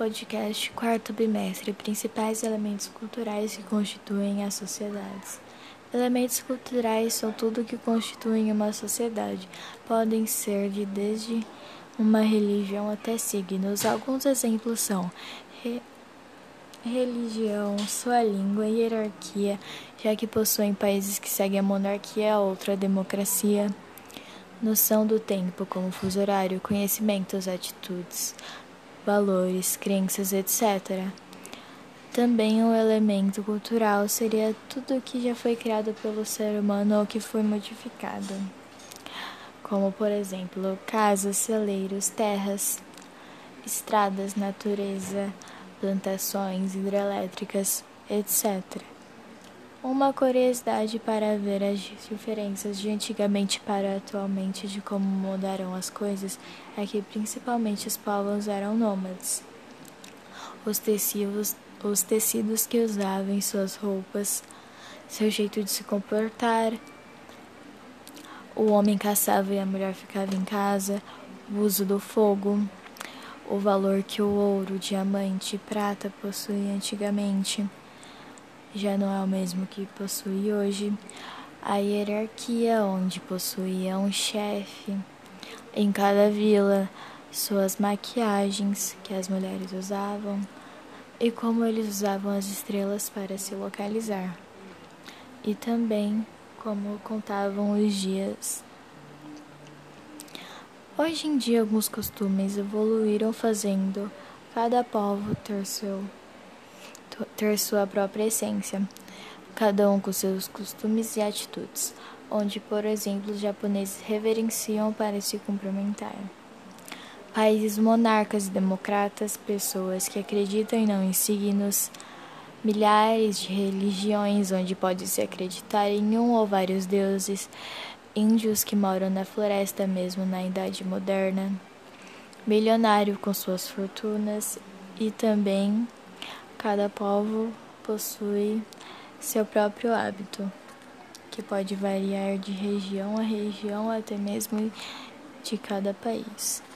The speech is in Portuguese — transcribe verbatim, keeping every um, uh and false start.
podcast Quarto Bimestre, principais elementos culturais que constituem as sociedades. Elementos culturais são tudo que constitui uma sociedade. Podem ser de desde uma religião até signos. Alguns exemplos são re religião, sua língua e hierarquia, já que possuem países que seguem a monarquia, outra a democracia. Noção do tempo, como fuso horário, conhecimentos, atitudes, valores, crenças, etcétera. Também um elemento cultural seria tudo que já foi criado pelo ser humano ou que foi modificado, como, por exemplo, casas, celeiros, terras, estradas, natureza, plantações hidrelétricas, etcétera. Uma curiosidade para ver as diferenças de antigamente para atualmente de como mudaram as coisas é que principalmente os povos eram nômades. Os tecidos, os tecidos que usavam em suas roupas, seu jeito de se comportar, o homem caçava e a mulher ficava em casa, o uso do fogo, o valor que o ouro, diamante e prata possuíam antigamente já não é o mesmo que possui hoje. A hierarquia, onde possuía um chefe em cada vila, suas maquiagens que as mulheres usavam e como eles usavam as estrelas para se localizar, e também como contavam os dias. Hoje em dia, alguns costumes evoluíram, fazendo cada povo ter seu ter sua própria essência, cada um com seus costumes e atitudes, onde, por exemplo, os japoneses reverenciam para se cumprimentar. Países monarcas e democratas, pessoas que acreditam e não em signos, milhares de religiões, onde pode-se acreditar em um ou vários deuses, índios que moram na floresta mesmo na Idade Moderna, milionário com suas fortunas, e também cada povo possui seu próprio hábito, que pode variar de região a região, até mesmo de cada país.